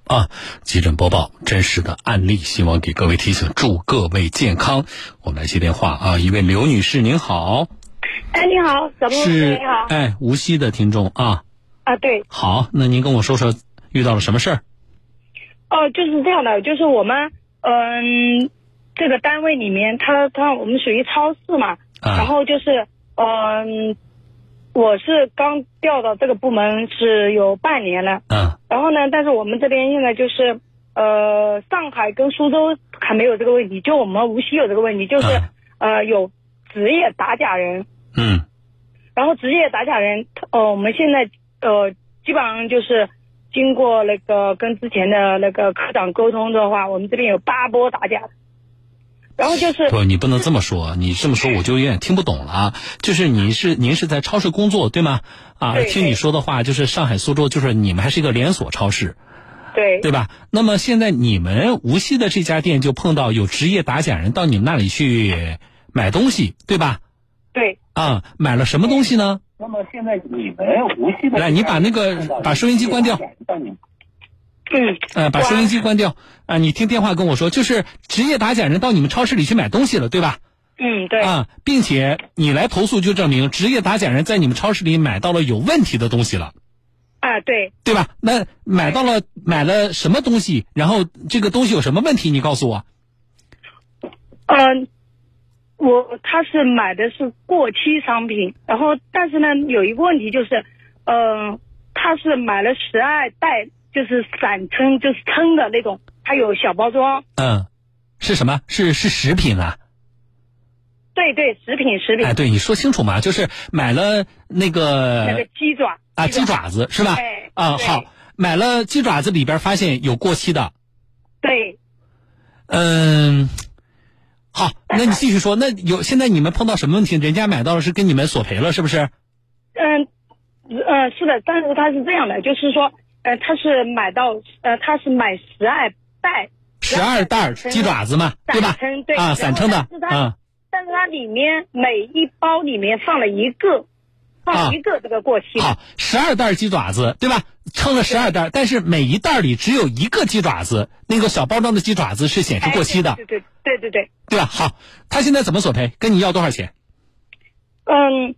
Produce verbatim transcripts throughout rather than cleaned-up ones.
啊，急诊播报真实的案例，希望给各位提醒，祝各位健康。我们来接电话啊，一位刘女士，您好。 哎，你好，小东是， 你好。 哎，无锡的听众啊。 啊，对。 好，那您跟我说说遇到了什么事儿？ 哦，就是这样的，就是我们嗯，这个单位里面，他他我们属于超市嘛， 啊、 然后就是嗯。我是刚调到这个部门是有半年了， 嗯， 然后呢，但是我们这边现在就是，呃，上海跟苏州还没有这个问题，就我们无锡有这个问题，就是、嗯、呃有职业打假人， 嗯， 然后职业打假人，呃，我们现在呃基本上就是经过那个跟之前的那个科长沟通的话，我们这边有八波打假的。然后就是不，你不能这么说，你这么说我就有点听不懂了啊。就是你是您是在超市工作对吗？啊， 对对听你说的话，就是上海、苏州，就是你们还是一个连锁超市， 对对吧？那么现在你们无锡的这家店就碰到有职业打假人到你们那里去买东西，对吧？ 对。 啊，买了什么东西呢？ 那么现在你们无锡的， 来，你把那个把收音机关掉。 嗯， 呃，把收音机关掉啊！你听电话跟我说，就是职业打假人到你们超市里去买东西了，对吧？ 嗯，对。 啊，并且你来投诉，就证明职业打假人在你们超市里买到了有问题的东西了。 啊，对。 对吧？那买到了买了什么东西？然后这个东西有什么问题？你告诉我。 嗯，我他是买的是过期商品，然后但是呢，有一个问题就是，嗯、呃，他是买了十二袋。就是散称，就是称的那种，它有小包装。 嗯，是什么？是是食品啊？ 对对，食品食品。 哎，对，你说清楚嘛，就是买了那个那个鸡爪啊，鸡爪子是吧？ 哎， 啊，好，买了鸡爪子里边发现有过期的。 对。 嗯，好，那你继续说，那有现在你们碰到什么问题？人家买到了是跟你们索赔了，是不是？ 嗯，呃，是的，但是他是这样的，就是说。呃，他是买到，呃，他是买十二袋， 十二袋鸡爪子嘛，对吧？ 对啊，散称的， 啊。但是它里面每一包里面放了一个，放一个这个过期。 好，十二袋鸡爪子，对吧？称了十二袋，但是每一袋里只有一个鸡爪子，那个小包装的鸡爪子是显示过期的。 对对对对对。 对吧？好，他现在怎么索赔？跟你要多少钱？ 嗯，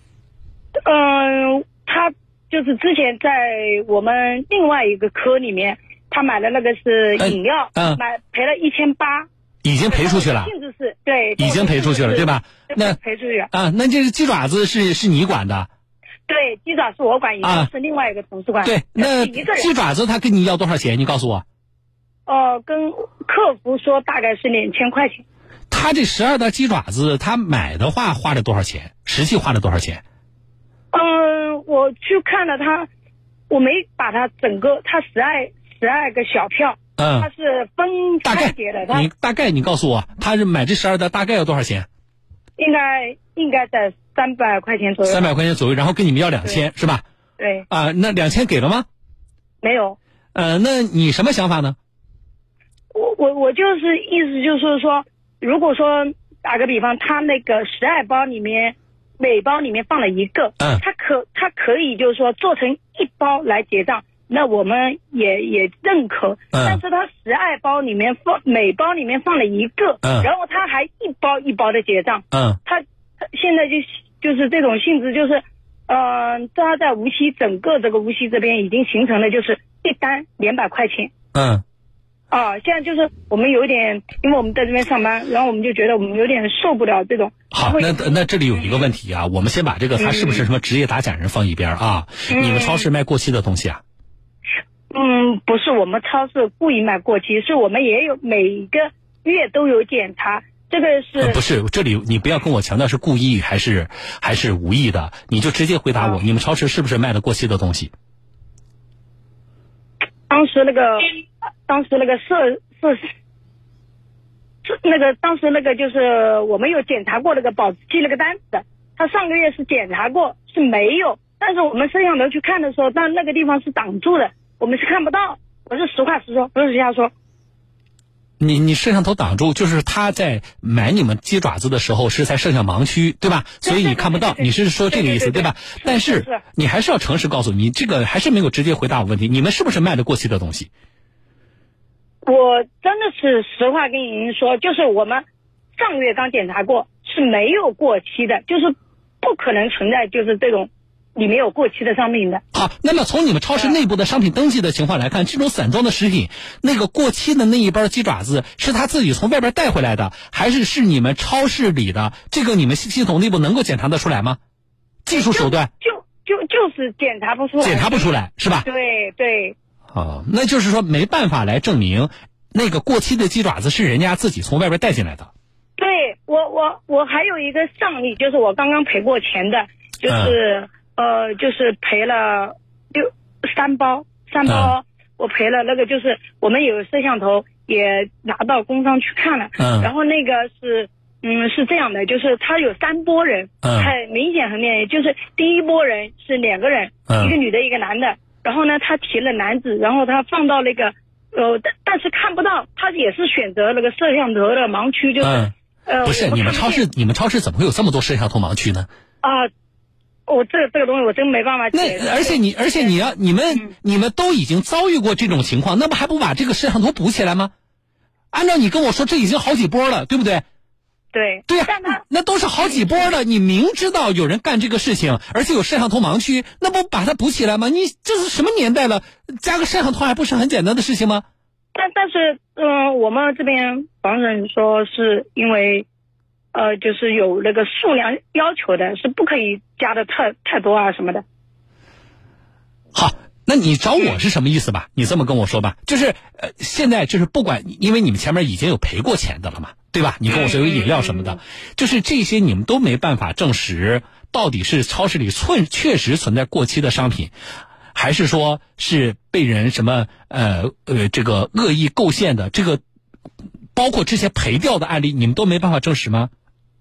嗯，他。就是之前在我们另外一个科里面，他买的那个是饮料， 嗯，嗯买赔了一千八， 已经赔出去了。 性质是对， 已经赔出去了，对吧？那赔出去了啊，那这是鸡爪子是是你管的？ 对，鸡爪是我管，饮料是另外一个同事管。 对，那鸡爪子他跟你要多少钱？你告诉我。 呃，跟客服说大概是两千块钱。 他这十二袋鸡爪子，他买的话花了多少钱？实际花了多少钱？ 嗯，我去看了他，我没把他整个，他十二十二个小票， 嗯， 他是分拆结的。 你大概你告诉我，他是买这十二袋大概要多少钱？ 应该应该在三百块钱左右。 三百块钱左右，然后跟你们要两千是吧？ 对。 啊，那两千给了吗？ 没有。 呃，那你什么想法呢？ 我我我就是意思就是说，如果说打个比方，他那个十二包里面。每包里面放了一个， 嗯， 它可它可以就是说做成一包来结账，那我们也也认可。 嗯， 但是它十二包里面放每包里面放了一个， 嗯， 然后它还一包一包的结账， 嗯， 它它现在就就是这种性质，就是，呃，它在无锡整个这个无锡这边已经形成了就是一单两百块钱， 嗯。 啊，现在就是我们有点，因为我们在这边上班，然后我们就觉得我们有点受不了这种。 好，那那这里有一个问题啊，我们先把这个他是不是什么职业打假人放一边啊？嗯、你们超市卖过期的东西啊？ 嗯，不是我们超市故意卖过期，是我们也有每个月都有检查。这个是、 呃、不是？这里你不要跟我强调是故意还是还是无意的，你就直接回答我，啊、你们超市是不是卖了过期的东西？ 当时那个。当时那个社社那个当时那个就是我们有检查过那个保质期那个单子，他上个月是检查过是没有，但是我们摄像头去看的时候，但那个地方是挡住的，我们是看不到。我是实话实说，不是瞎说。 你你摄像头挡住，就是他在买你们鸡爪子的时候是在摄像盲区，对吧？所以你看不到。你是说这个意思，对吧？但是你还是要诚实告诉你，这个还是没有直接回答我问题。你们是不是卖的过期的东西？ 我真的是实话跟您说，就是我们上个月刚检查过，是没有过期的，就是不可能存在就是这种里面有过期的商品的。 好，那么从你们超市内部的商品登记的情况来看，这种散装的食品，那个过期的那一包鸡爪子是他自己从外边带回来的，还是是你们超市里的？这个你们系统内部能够检查得出来吗？技术手段就就就就是检查不出来， 检查不出来是吧？ 对对。 哦，那就是说没办法来证明那个过期的鸡爪子是人家自己从外边带进来的。 对，我我我还有一个上例，就是我刚刚赔过钱的，就是、嗯、呃就是赔了六三包三包、嗯、我赔了，那个就是我们有摄像头也拿到工商去看了，嗯，然后那个是嗯是这样的，就是他有三拨人，嗯，很明显很明显，就是第一拨人是两个人，嗯，一个女的一个男的，然后呢他提了男子，然后他放到那个呃但但是看不到，他也是选择那个摄像头的盲区，就是、嗯呃， 不是你们超市，你们超市怎么会有这么多摄像头盲区呢？ 啊、呃，我这个这个东西我真没办法解释。 那而且你而且你要你们、嗯、你们都已经遭遇过这种情况，那么还不把这个摄像头补起来吗？按照你跟我说，这已经好几波了，对不对？ 对对呀、啊，那都是好几波了。你明知道有人干这个事情，而且有摄像头盲区，那不把它补起来吗？你这是什么年代了？加个摄像头还不是很简单的事情吗？ 但但是，嗯、呃，我们这边防人说是因为，呃，就是有那个数量要求的，是不可以加的太太多啊什么的。 好，那你找我是什么意思吧？你这么跟我说吧，就是呃，现在就是不管，因为你们前面已经有赔过钱的了嘛，对吧？你跟我说有饮料什么的，嗯、就是这些你们都没办法证实到底是超市里存确实存在过期的商品。还是说是被人什么呃呃这个恶意构陷的，这个包括这些赔掉的案例，你们都没办法证实吗？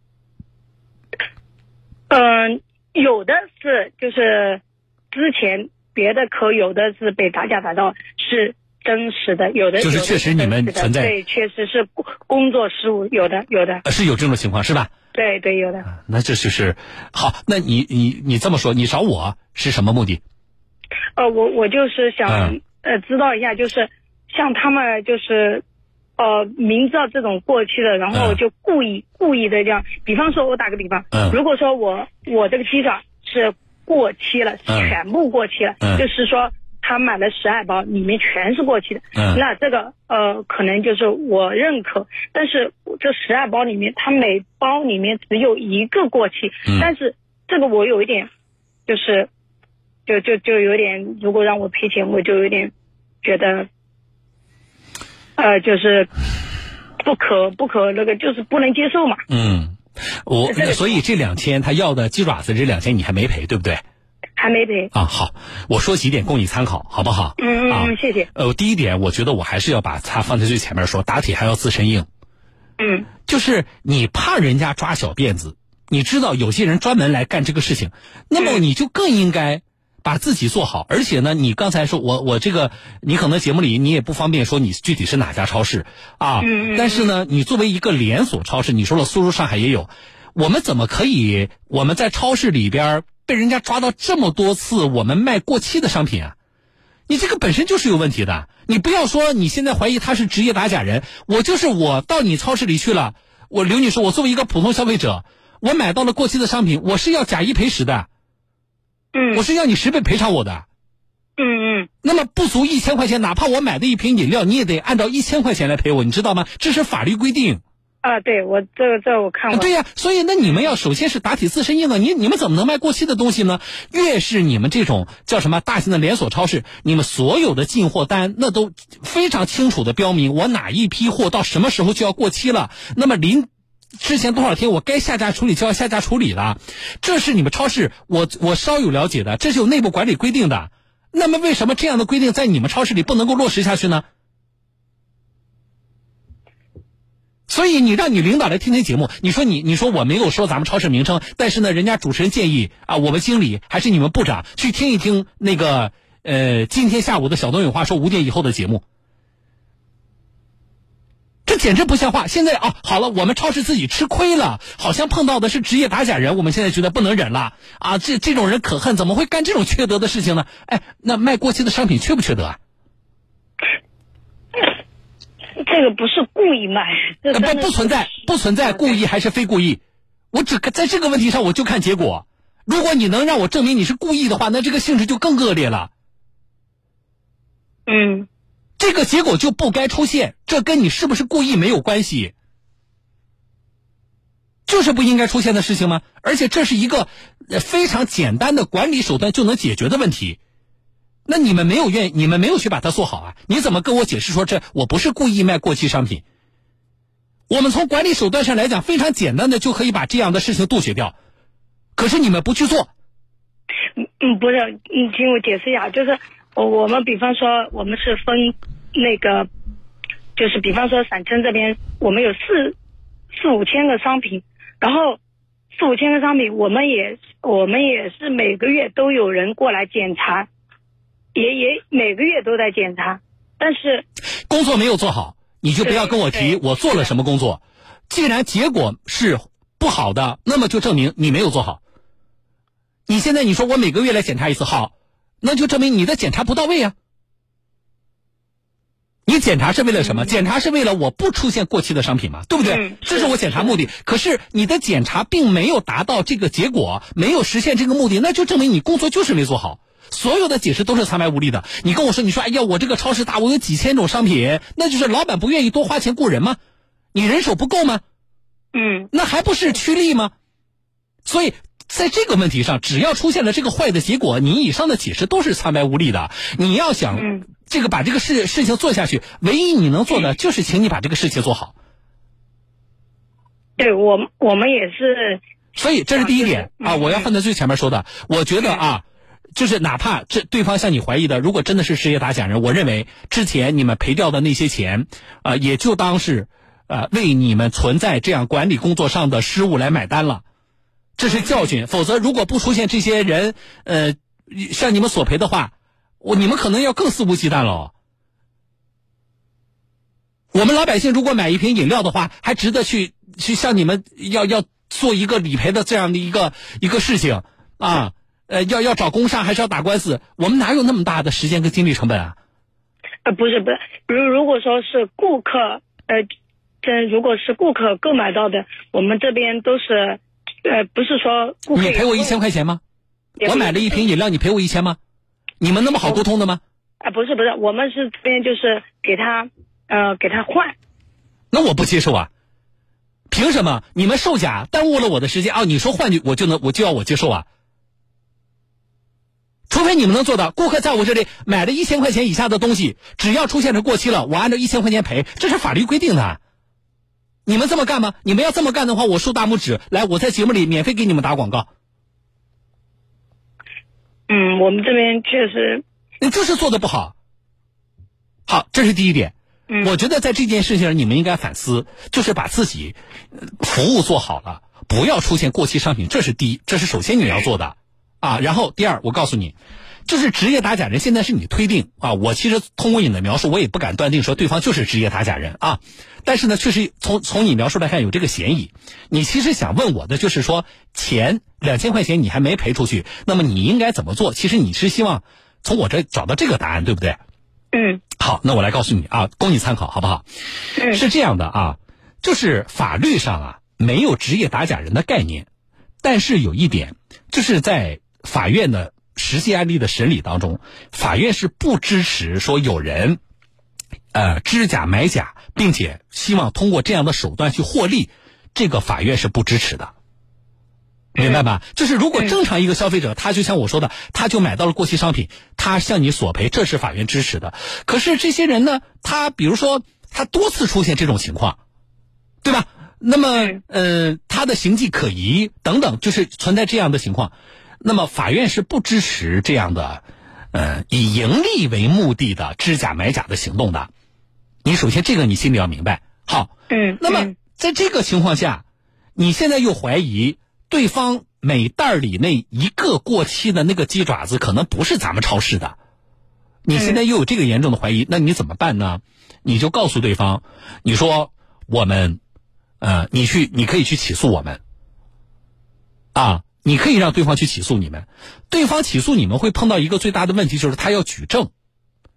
嗯、呃，有的是就是之前别的科有的是被打假打到是真实的，有的就是确实你们存在， 对，确实是工作失误，有的有的是有这种情况是吧？ 对对，有的。 那这就是好，那你你你这么说，你找我是什么目的？ 呃，我我就是想、嗯、呃知道一下，就是像他们就是呃明知道这种过期的，然后就故意、嗯、故意的这样，比方说我打个比方，嗯、如果说我我这个鸡爪是过期了， 嗯、 全部过期了，嗯、就是说他买了十二包，里面全是过期的，嗯、那这个呃可能就是我认可，但是这十二包里面，它每包里面只有一个过期，嗯、但是这个我有一点就是。就就就有点，如果让我赔钱，我就有点觉得，呃，就是不可不可那个，就是不能接受嘛。 嗯，我所以这两千他要的鸡爪子这两千你还没赔，对不对？ 还没赔啊。好，我说几点供你参考，好不好？ 嗯嗯嗯，啊、谢谢。 呃，第一点，我觉得我还是要把它放在最前面说，打铁还要自身硬。 嗯， 就是你怕人家抓小辫子，你知道有些人专门来干这个事情，那么你就更应该。把自己做好，而且呢，你刚才说我我这个，你可能节目里你也不方便说你具体是哪家超市啊， 嗯、 但是呢，你作为一个连锁超市，你说了苏州、上海也有，我们怎么可以我们在超市里边被人家抓到这么多次我们卖过期的商品啊？你这个本身就是有问题的，你不要说你现在怀疑他是职业打假人，我就是我到你超市里去了，我刘女士，我作为一个普通消费者，我买到了过期的商品，我是要假一赔十的。 嗯， 我是要你十倍赔偿我的。 嗯嗯。 那么不足一千块钱，哪怕我买的一瓶饮料，你也得按照一千块钱来赔我，你知道吗？这是法律规定。 啊，对，我这个这我看过。 对呀、啊，所以那你们要首先是打铁自身硬啊！你你们怎么能卖过期的东西呢？越是你们这种叫什么大型的连锁超市，你们所有的进货单那都非常清楚的标明，我哪一批货到什么时候就要过期了。那么临之前多少天我该下架处理就要下架处理了，这是你们超市我我稍有了解的，这是有内部管理规定的。那么为什么这样的规定在你们超市里不能够落实下去呢？所以你让你领导来听听节目，你说你你说我没有说咱们超市名称，但是呢人家主持人建议啊，我们经理还是你们部长去听一听那个呃今天下午的小东有话说五点以后的节目。这简直不像话！现在啊，好了，我们超市自己吃亏了，好像碰到的是职业打假人，我们现在觉得不能忍了啊！这这种人可恨，怎么会干这种缺德的事情呢？哎，那卖过期的商品缺不缺德啊？ 这个不是故意卖，这呃、不不存在不存在故意还是非故意，我只在这个问题上我就看结果。如果你能让我证明你是故意的话，那这个性质就更恶劣了。 嗯， 这个结果就不该出现，这跟你是不是故意没有关系，就是不应该出现的事情吗？而且这是一个非常简单的管理手段就能解决的问题。那你们没有愿意，你们没有去把它做好啊？你怎么跟我解释说这我不是故意卖过期商品？我们从管理手段上来讲，非常简单的就可以把这样的事情杜绝掉，可是你们不去做。 嗯，不是，你听我解释一下，就是我我们比方说我们是分那个，就是比方说散城这边我们有四四五千个商品，然后四五千个商品，我们也我们也是每个月都有人过来检查，也也每个月都在检查，但是工作没有做好，你就不要跟我提我做了什么工作。既然结果是不好的，那么就证明你没有做好。你现在你说我每个月来检查一次，好，那就证明你的检查不到位啊。你检查是为了什么？嗯、检查是为了我不出现过期的商品嘛，对不对？嗯、这是我检查目的。可是你的检查并没有达到这个结果，没有实现这个目的，那就证明你工作就是没做好。所有的解释都是苍白无力的。你跟我说，你说哎呀，我这个超市大，我有几千种商品，那就是老板不愿意多花钱雇人吗？你人手不够吗？ 嗯， 那还不是趋利吗？所以在这个问题上，只要出现了这个坏的结果，你以上的解释都是苍白无力的。你要想、嗯、这个把这个事事情做下去，唯一你能做的就是请你把这个事情做好。 对，我我们也是。 所以这是第一点啊，我要放在最前面说的。我觉得啊，就是哪怕这对方向你怀疑的，如果真的是职业打假人，我认为之前你们赔掉的那些钱啊、呃，也就当是呃为你们存在这样管理工作上的失误来买单了。这是教训，否则如果不出现这些人，呃，向你们索赔的话，我你们可能要更肆无忌惮了。我们老百姓如果买一瓶饮料的话，还值得去去向你们要要做一个理赔的这样的一个一个事情啊，呃，要要找工伤还是要打官司？我们哪有那么大的时间跟精力成本啊？ 呃，不是不是，如如果说是顾客，呃，这如果是顾客购买到的，我们这边都是。呃，不是说顾客你赔我一千块钱吗？我买了一瓶饮料，你赔我一千吗？你们那么好沟通的吗？ 啊，不是不是，我们是这边就是给他呃给他换。 那我不接受啊！凭什么你们售假耽误了我的时间啊？你说换就我就能我就要我接受啊？除非你们能做到，顾客在我这里买了一千块钱以下的东西，只要出现了过期了，我按照一千块钱赔，这是法律规定的。你们这么干吗？你们要这么干的话，我竖大拇指，来，我在节目里免费给你们打广告。 嗯，我们这边确实， 你就是做的不好。好，这是第一点。 嗯， 我觉得在这件事情上，你们应该反思，就是把自己服务做好了，不要出现过期商品，这是第一，这是首先你要做的啊。然后第二，我告诉你，就是职业打假人，现在是你推定啊。我其实通过你的描述，我也不敢断定说对方就是职业打假人啊。但是呢，确实从从你描述来看有这个嫌疑。你其实想问我的就是说，钱两千块钱你还没赔出去，那么你应该怎么做？其实你是希望从我这找到这个答案，对不对？ 嗯。 好，那我来告诉你啊，供你参考，好不好？ 嗯。 是这样的啊，就是法律上啊没有职业打假人的概念，但是有一点，就是在法院的实际案例的审理当中，法院是不支持说有人呃知假买假，并且希望通过这样的手段去获利，这个法院是不支持的，明白吧？就是如果正常一个消费者，他就像我说的，他就买到了过期商品，他向你索赔，这是法院支持的。可是这些人呢，他比如说他多次出现这种情况，对吧？那么呃他的行迹可疑等等，就是存在这样的情况，那么法院是不支持这样的呃以盈利为目的的知假买假的行动的。你首先这个你心里要明白。好， 嗯， 那么在这个情况下，你现在又怀疑对方每袋里那一个过期的那个鸡爪子可能不是咱们超市的，你现在又有这个严重的怀疑，那你怎么办呢？你就告诉对方，你说我们呃你去你可以去起诉我们啊，你可以让对方去起诉你们。对方起诉你们会碰到一个最大的问题，就是他要举证，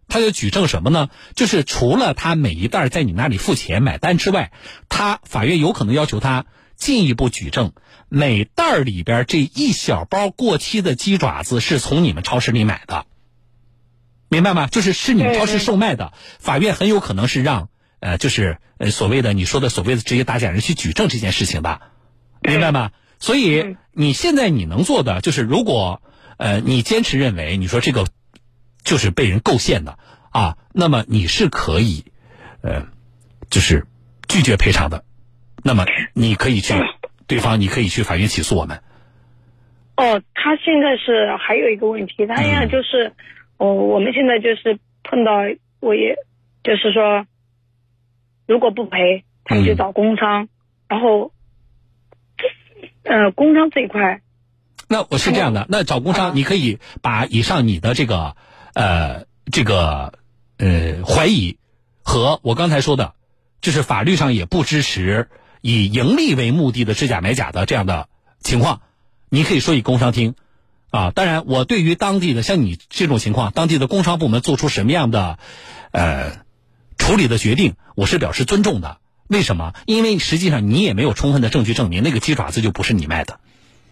他就举证什么呢？就是除了他每一袋在你那里付钱买单之外，他法院有可能要求他进一步举证每袋里边这一小包过期的鸡爪子是从你们超市里买的，明白吗？就是是你们超市售卖的，法院很有可能是让呃，就是呃所谓的你说的所谓的职业打假人去举证这件事情的，明白吗？所以你现在你能做的就是，如果呃你坚持认为你说这个就是被人构陷的啊，那么你是可以呃就是拒绝赔偿的，那么你可以去对方你可以去法院起诉我们。 哦，他现在是还有一个问题，他现在就是、嗯、哦，我们现在就是碰到，我也就是说如果不赔他们就找工商、嗯、然后呃工商这一块， 那我是这样的，那找工商、啊、你可以把以上你的这个呃这个呃怀疑和我刚才说的就是法律上也不支持以盈利为目的的制假买假的这样的情况，你可以说以工商厅啊。当然我对于当地的像你这种情况，当地的工商部门做出什么样的呃处理的决定，我是表示尊重的。为什么？因为实际上你也没有充分的证据证明那个鸡爪子就不是你卖的，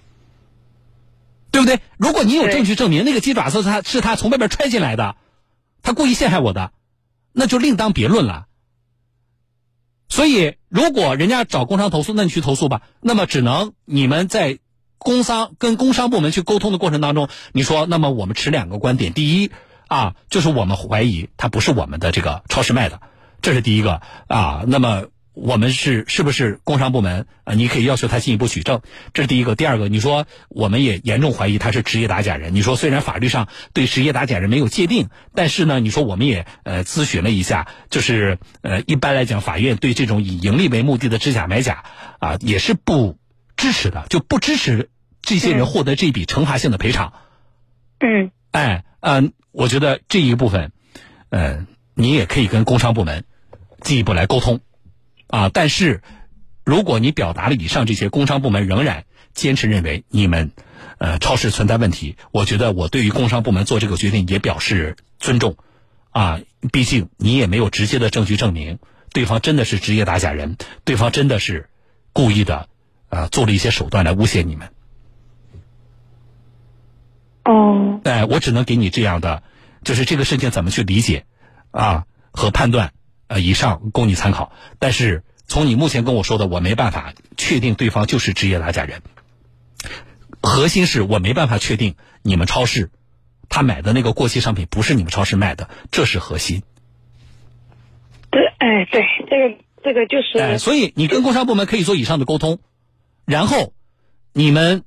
对不对？如果你有证据证明那个鸡爪子他是他从外边揣进来的，他故意陷害我的，那就另当别论了。所以如果人家找工商投诉，那你去投诉吧，那么只能你们在工商跟工商部门去沟通的过程当中，你说那么我们持两个观点，第一啊，就是我们怀疑它不是我们的这个超市卖的，这是第一个啊。那么我们是是不是工商部门啊？你可以要求他进一步举证，这是第一个。第二个，你说我们也严重怀疑他是职业打假人。你说虽然法律上对职业打假人没有界定，但是呢，你说我们也呃咨询了一下，就是呃一般来讲，法院对这种以盈利为目的的制假买假啊也是不支持的，就不支持这些人获得这笔惩罚性的赔偿。 嗯， 哎，嗯、呃，我觉得这一部分，呃，你也可以跟工商部门进一步来沟通。啊，但是如果你表达了以上这些，工商部门仍然坚持认为你们呃超市存在问题，我觉得我对于工商部门做这个决定也表示尊重啊，毕竟你也没有直接的证据证明对方真的是职业打假人，对方真的是故意的啊做了一些手段来诬陷你们。 哦， 哎，我只能给你这样的，就是这个事情怎么去理解啊和判断。呃，以上供你参考，但是从你目前跟我说的，我没办法确定对方就是职业打假人。核心是我没办法确定你们超市他买的那个过期商品不是你们超市卖的，这是核心。 对，哎，对，这个这个就是。 哎，所以你跟工商部门可以做以上的沟通，然后你们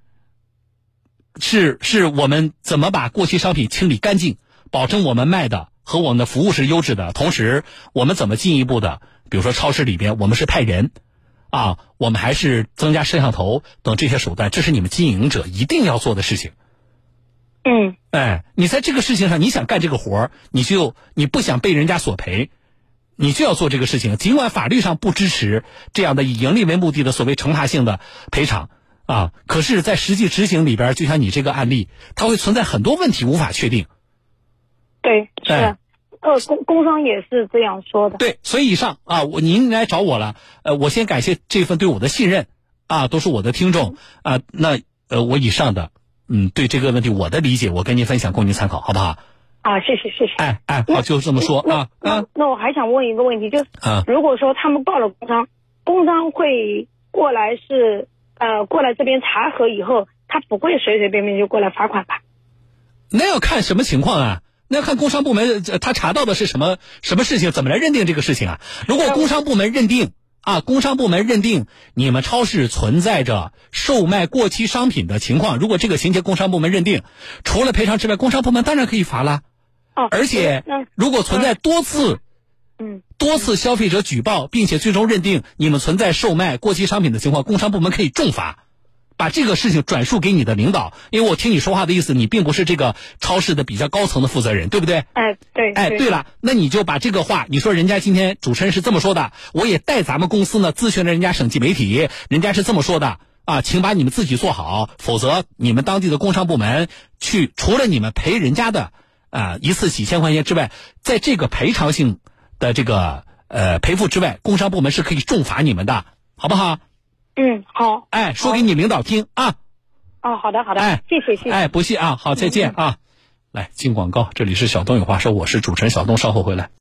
是是我们怎么把过期商品清理干净，保证我们卖的和我们的服务是优质的，同时我们怎么进一步的，比如说超市里边我们是派人啊，我们还是增加摄像头等这些手段，这是你们经营者一定要做的事情。 嗯， 哎，你在这个事情上你想干这个活，你就你不想被人家索赔，你就要做这个事情，尽管法律上不支持这样的以盈利为目的的所谓惩罚性的赔偿啊，可是在实际执行里边，就像你这个案例，它会存在很多问题无法确定。 对，是， 哎、 呃，工工商也是这样说的。 对，所以以上啊，我您来找我了，呃，我先感谢这份对我的信任啊，都是我的听众啊，那呃，我以上的嗯，对这个问题我的理解，我跟您分享，供您参考，好不好？ 啊，谢谢谢谢。 哎哎，好，就这么说啊啊。 那我还想问一个问题，就是、 啊、 如果说他们告了工商，工商会过来是呃过来这边查核以后，他不会随随便便就过来罚款吧？ 那要看什么情况啊？那要看工商部门他查到的是什么什么事情，怎么来认定这个事情啊？如果工商部门认定啊，工商部门认定你们超市存在着售卖过期商品的情况，如果这个情节工商部门认定，除了赔偿之外，工商部门当然可以罚了。 哦， 而且如果存在多次嗯多次消费者举报，并且最终认定你们存在售卖过期商品的情况，工商部门可以重罚。把这个事情转述给你的领导，因为我听你说话的意思，你并不是这个超市的比较高层的负责人，对不对？ 哎，对。 哎，对了，那你就把这个话，你说人家今天主持人是这么说的，我也代咱们公司呢咨询了人家省级媒体，人家是这么说的啊，请把你们自己做好，否则你们当地的工商部门去除了你们赔人家的啊，一次几千块钱之外，在这个赔偿性的这个呃赔付之外，工商部门是可以重罚你们的，好不好？ 嗯，好。 哎，说给你领导听啊。 哦，好的好的， 哎， 谢谢谢谢。 哎，不谢啊，好，再见啊。来进广告，这里是小东有话说，我是主持人小东，稍后回来。